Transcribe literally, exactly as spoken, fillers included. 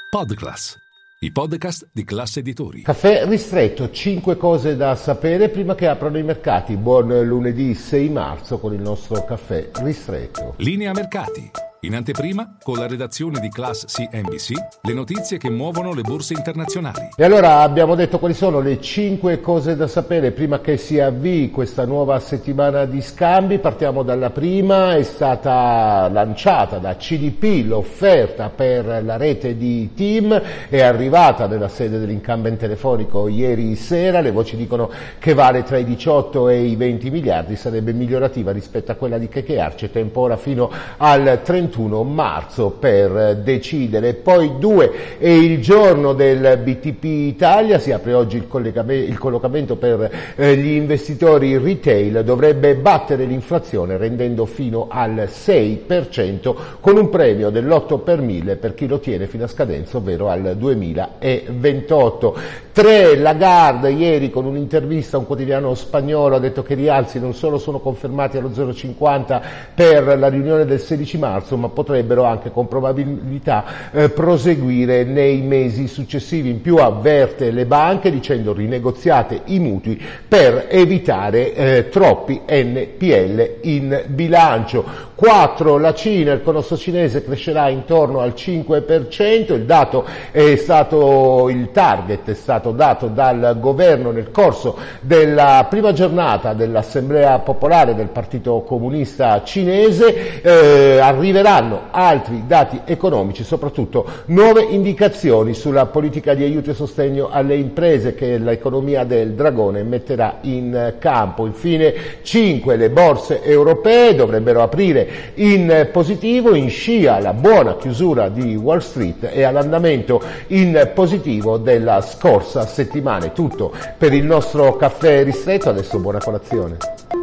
Podclass, i podcast di Class Editori. Caffè ristretto, cinque cose da sapere prima che aprano i mercati. Buon lunedì sei marzo con il nostro caffè ristretto. Linea mercati. In anteprima, con la redazione di Class C N B C, le notizie che muovono le borse internazionali. E allora abbiamo detto quali sono le cinque cose da sapere prima che si avvii questa nuova settimana di scambi. Partiamo dalla prima. È stata lanciata da C D P l'offerta per la rete di TIM, è arrivata nella sede dell'incumbent telefonico ieri sera. Le voci dicono che vale tra i diciotto e i venti miliardi, sarebbe migliorativa rispetto a quella di K K R. C'è tempo ora fino al trentuno marzo per decidere. Poi due, è il giorno del B T P Italia, si apre oggi il, il collocamento per eh, gli investitori retail, dovrebbe battere l'inflazione rendendo fino al sei per cento con un premio dell'otto per mille per chi lo tiene fino a scadenza, ovvero al duemilaventotto. tre, Lagarde ieri con un'intervista a un quotidiano spagnolo ha detto che i rialzi non solo sono confermati allo zero virgola cinquanta per la riunione del sedici marzo, ma potrebbero anche con probabilità eh, proseguire nei mesi successivi. In più avverte le banche dicendo rinegoziate i mutui per evitare eh, troppi N P L in bilancio. quattro, la Cina, il colosso cinese crescerà intorno al cinque per cento, il dato è stato, il target è stato dato dal governo nel corso della prima giornata dell'Assemblea Popolare del Partito Comunista Cinese. Eh, arriverà altri dati economici, soprattutto nuove indicazioni sulla politica di aiuto e sostegno alle imprese che l'economia del dragone metterà in campo. Infine cinque, le borse europee dovrebbero aprire in positivo, in scia alla buona chiusura di Wall Street e all'andamento in positivo della scorsa settimana. È tutto per il nostro caffè ristretto, adesso buona colazione.